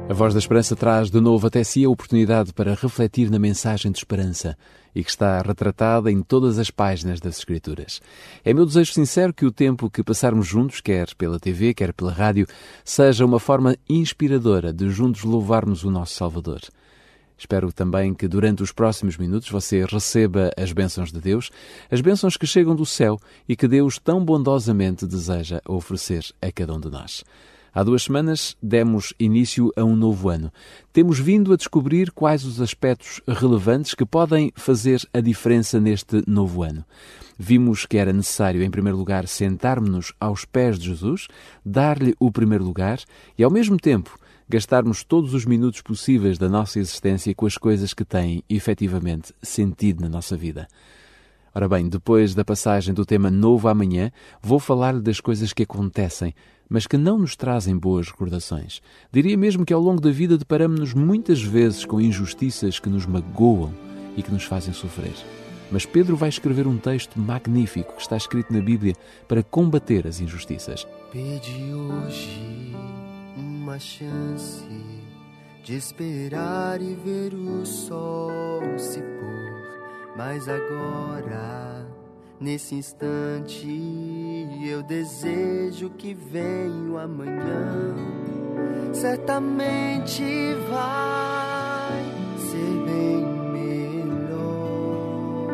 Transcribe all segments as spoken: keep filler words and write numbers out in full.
A Voz da Esperança traz de novo até si a oportunidade para refletir na mensagem de esperança e que está retratada em todas as páginas das Escrituras. É meu desejo sincero que o tempo que passarmos juntos, quer pela T V, quer pela rádio, seja uma forma inspiradora de juntos louvarmos o nosso Salvador. Espero também que durante os próximos minutos você receba as bênçãos de Deus, as bênçãos que chegam do céu e que Deus tão bondosamente deseja oferecer a cada um de nós. Há duas semanas demos início a um novo ano. Temos vindo a descobrir quais os aspectos relevantes que podem fazer a diferença neste novo ano. Vimos que era necessário, em primeiro lugar, sentarmos-nos aos pés de Jesus, dar-lhe o primeiro lugar e, ao mesmo tempo, gastarmos todos os minutos possíveis da nossa existência com as coisas que têm, efetivamente, sentido na nossa vida. Ora bem, depois da passagem do tema Novo Amanhã, vou falar-lhe das coisas que acontecem, mas que não nos trazem boas recordações. Diria mesmo que ao longo da vida deparamos-nos muitas vezes com injustiças que nos magoam e que nos fazem sofrer. Mas Pedro vai escrever um texto magnífico que está escrito na Bíblia para combater as injustiças. Pedi hoje uma chance de esperar e ver o sol se pôr, mas agora, nesse instante, eu desejo que venha o amanhã. Certamente vai ser bem melhor.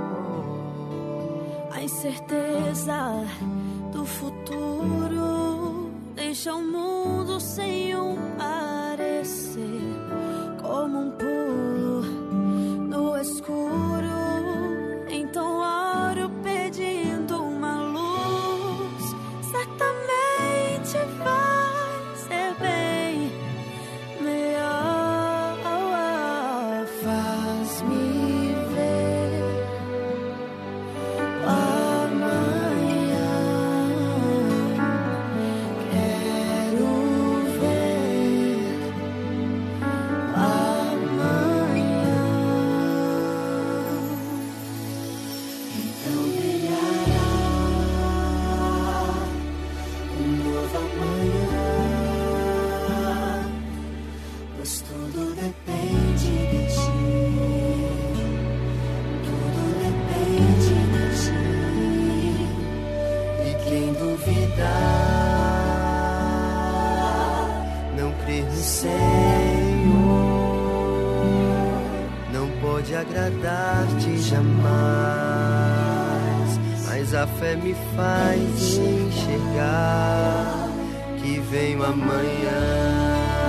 A incerteza do futuro deixa o mundo sem um parecer, como um pulo no escuro. Então oro pedindo uma luz. Certamente vai ser bem melhor. Faz-me ver amanhã. Quero ver amanhã. Então brilhará um novo amanhã, pois tudo depende de ti, tudo depende de ti. E quem duvidar, não crer no Senhor, não pode agradar-te jamais. Mas a fé me faz enxergar que vem o amanhã.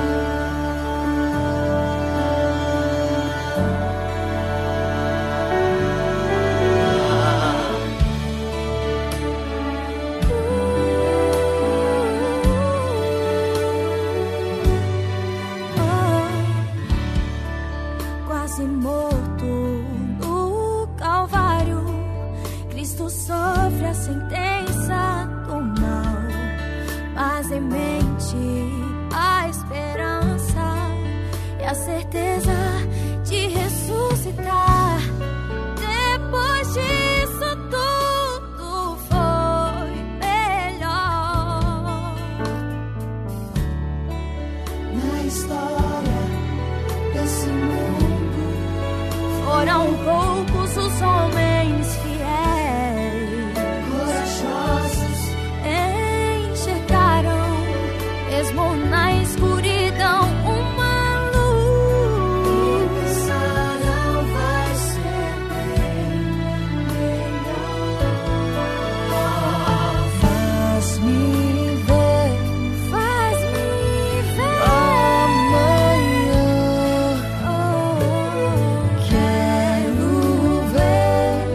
Quase morto no Calvário, Cristo sofre a sentença do mal, mas em mente a esperança e a certeza de ressuscitar. Depois disso tudo foi melhor. Na história desse mundo foram poucos os homens fiéis, corajosos, enxergaram, mesmo na escuridão, uma luz. Pensaram, vai ser bem melhor. Faz-me ver, faz-me ver amanhã. Quero ver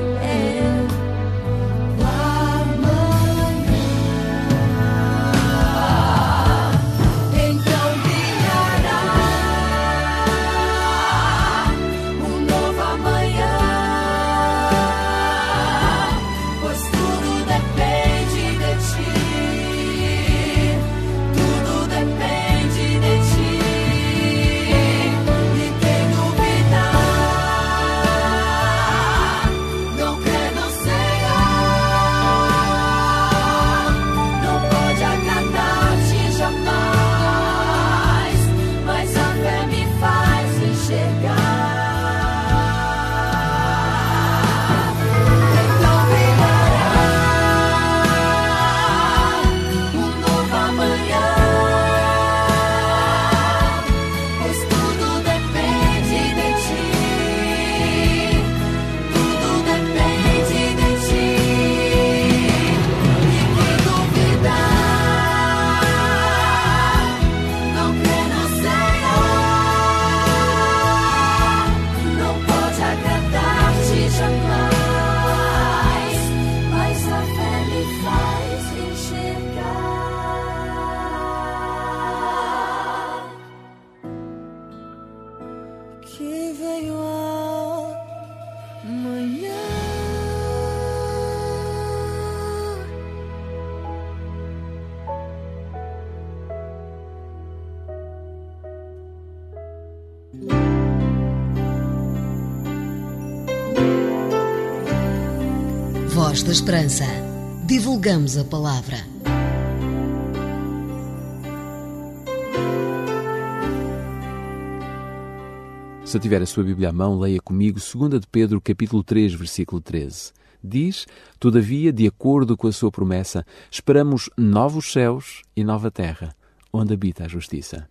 Voz da Esperança. Divulgamos a palavra. Se tiver a sua Bíblia à mão, leia comigo segunda de Pedro, capítulo três, versículo treze. Diz: todavia, de acordo com a sua promessa, esperamos novos céus e nova terra, onde habita a justiça.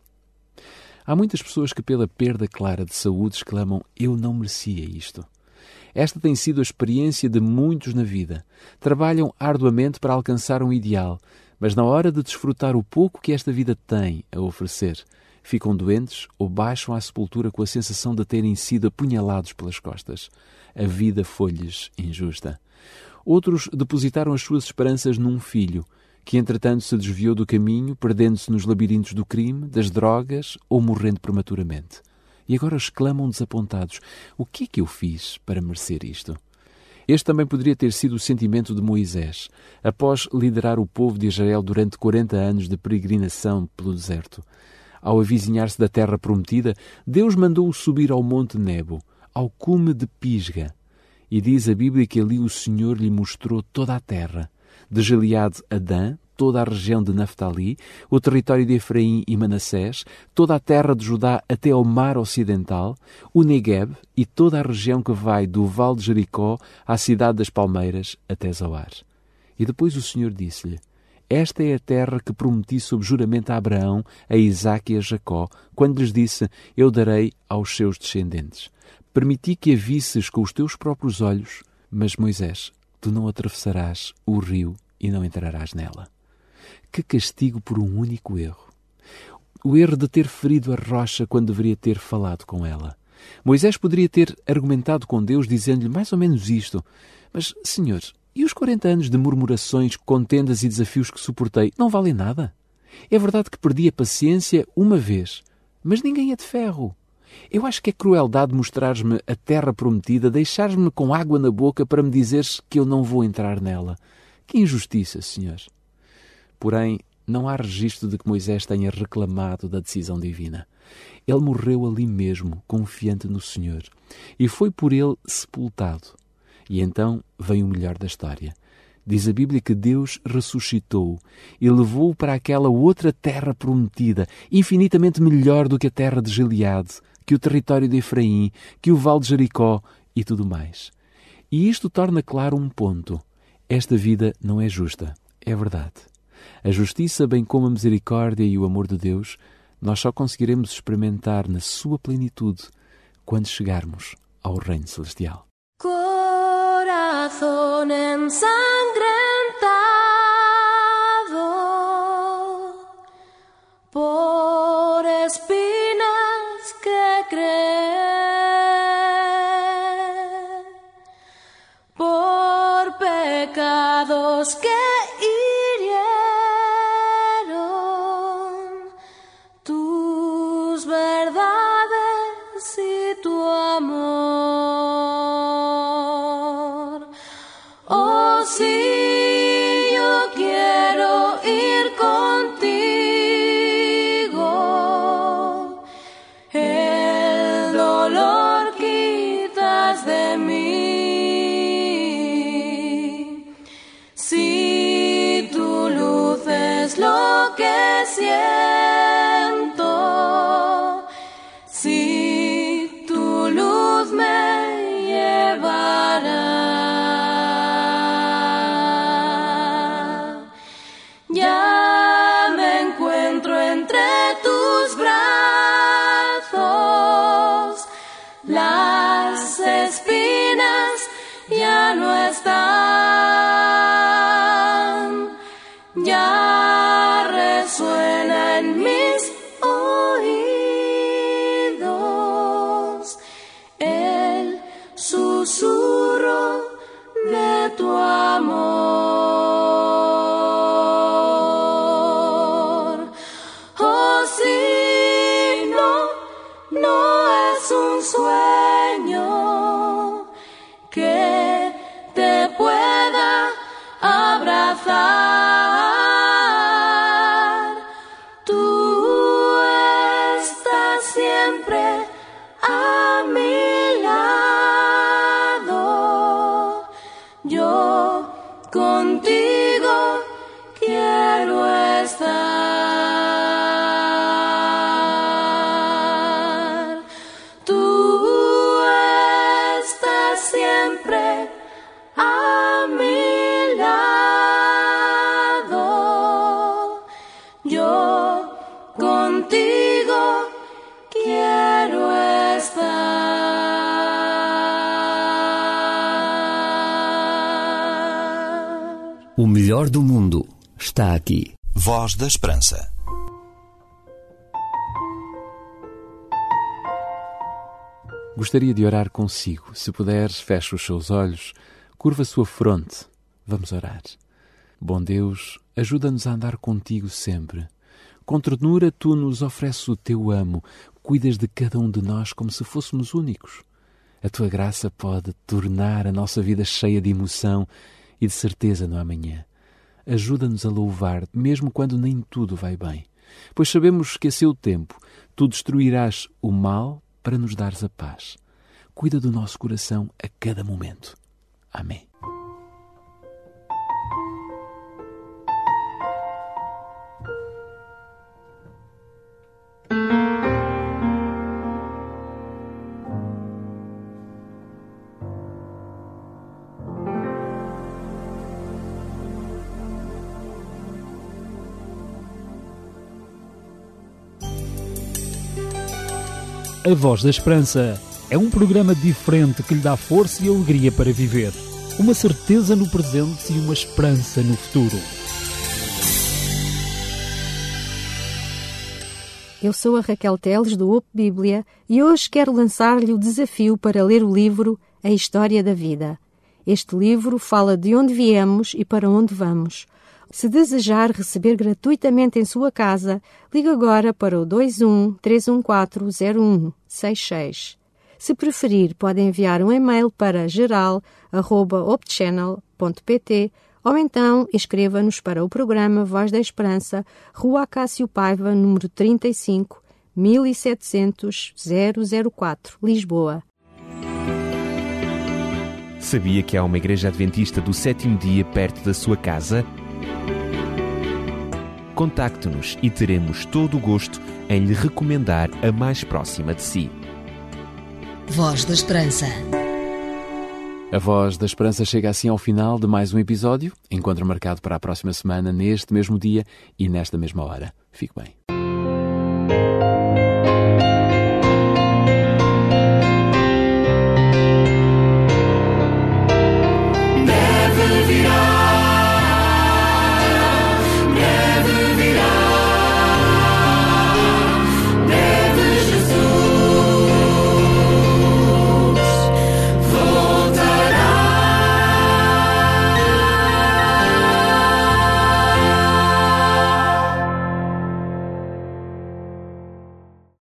Há muitas pessoas que, pela perda clara de saúde, exclamam: eu não merecia isto. Esta tem sido a experiência de muitos na vida. Trabalham arduamente para alcançar um ideal, mas na hora de desfrutar o pouco que esta vida tem a oferecer, ficam doentes ou baixam à sepultura com a sensação de terem sido apunhalados pelas costas. A vida foi-lhes injusta. Outros depositaram as suas esperanças num filho, que entretanto se desviou do caminho, perdendo-se nos labirintos do crime, das drogas ou morrendo prematuramente. E agora exclamam desapontados: o que é que eu fiz para merecer isto? Este também poderia ter sido o sentimento de Moisés, após liderar o povo de Israel durante quarenta anos de peregrinação pelo deserto. Ao avizinhar-se da terra prometida, Deus mandou-o subir ao monte Nebo, ao cume de Pisga. E diz a Bíblia que ali o Senhor lhe mostrou toda a terra, de Gileade a Dan, toda a região de Naftali, o território de Efraim e Manassés, toda a terra de Judá até ao mar ocidental, o Negueb e toda a região que vai do Vale de Jericó à cidade das Palmeiras até Zoar. E depois o Senhor disse-lhe: esta é a terra que prometi sob juramento a Abraão, a Isaque e a Jacó, quando lhes disse: eu darei aos seus descendentes. Permiti que a visses com os teus próprios olhos, mas, Moisés, tu não atravessarás o rio e não entrarás nela. Que castigo por um único erro! O erro de ter ferido a rocha quando deveria ter falado com ela. Moisés poderia ter argumentado com Deus, dizendo-lhe mais ou menos isto: mas, Senhor, e os quarenta anos de murmurações, contendas e desafios que suportei não valem nada? É verdade que perdi a paciência uma vez, mas ninguém é de ferro. Eu acho que é crueldade mostrar-me a terra prometida, deixar-me com água na boca para me dizeres que eu não vou entrar nela. Que injustiça, Senhor! Porém, não há registro de que Moisés tenha reclamado da decisão divina. Ele morreu ali mesmo, confiante no Senhor, e foi por ele sepultado. E então vem o melhor da história. Diz a Bíblia que Deus ressuscitou e levou-o para aquela outra terra prometida, infinitamente melhor do que a terra de Gileade, que o território de Efraim, que o Vale de Jericó e tudo mais. E isto torna claro um ponto: esta vida não é justa, é verdade. A justiça, bem como a misericórdia e o amor de Deus, nós só conseguiremos experimentar na sua plenitude quando chegarmos ao Reino Celestial. Corazón ensangrentado por espinas que creen, por pecados que hirieron tus verdades y tu amor. Oh, sí, yo quiero ir contigo. El dolor quitas de mí. Si tu luz es lo que siento, si tu luz me llevará. Ya me encuentro entre tus brazos, las espinas ya no están, ya resuena en mis oídos el susurro de tu amor. Oh, sí, no, no es un sueño que te pueda abrazar. Tú estás siempre O melhor do mundo está aqui. Voz da Esperança. Gostaria de orar consigo. Se puderes, feche os seus olhos, curva a sua fronte. Vamos orar. Bom Deus, ajuda-nos a andar contigo sempre. Com ternura, tu nos ofereces o teu amo, cuidas de cada um de nós como se fôssemos únicos. A tua graça pode tornar a nossa vida cheia de emoção e de certeza no amanhã. Ajuda-nos a louvar, mesmo quando nem tudo vai bem, pois sabemos que a seu tempo tu destruirás o mal para nos dares a paz. Cuida do nosso coração a cada momento. Amém. A Voz da Esperança é um programa diferente que lhe dá força e alegria para viver. Uma certeza no presente e uma esperança no futuro. Eu sou a Raquel Teles do Ope Bíblia e hoje quero lançar-lhe o desafio para ler o livro A História da Vida. Este livro fala de onde viemos e para onde vamos. Se desejar receber gratuitamente em sua casa, ligue agora para o dois um, três um quatro, zero um seis seis. Se preferir, pode enviar um e-mail para geral arroba opchannel ponto pt ou então escreva-nos para o programa Voz da Esperança, Rua Acácio Paiva, número trinta e cinco, mil e setecentos, zero zero quatro, Lisboa. Sabia que há uma igreja adventista do sétimo dia perto da sua casa? Contacte-nos e teremos todo o gosto em lhe recomendar a mais próxima de si. Voz da Esperança. A Voz da Esperança chega assim ao final de mais um episódio. Encontro marcado para a próxima semana, neste mesmo dia e nesta mesma hora. Fique bem.